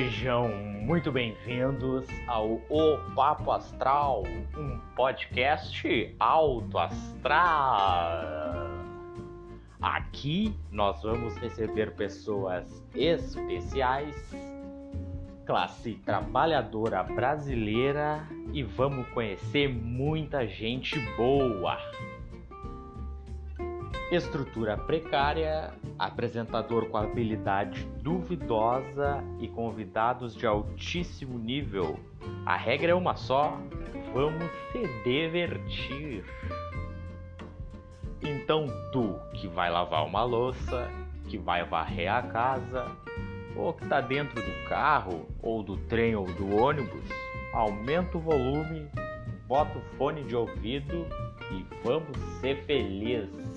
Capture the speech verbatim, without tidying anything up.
Sejam muito bem-vindos ao O Papo Astral, um podcast alto astral. Aqui nós vamos receber pessoas especiais, classe trabalhadora brasileira, e vamos conhecer muita gente boa. Estrutura precária, apresentador com habilidade duvidosa e convidados de altíssimo nível. A regra é uma só: vamos se divertir. Então tu que vai lavar uma louça, que vai varrer a casa, ou que está dentro do carro, ou do trem ou do ônibus, aumenta o volume, bota o fone de ouvido e vamos ser felizes.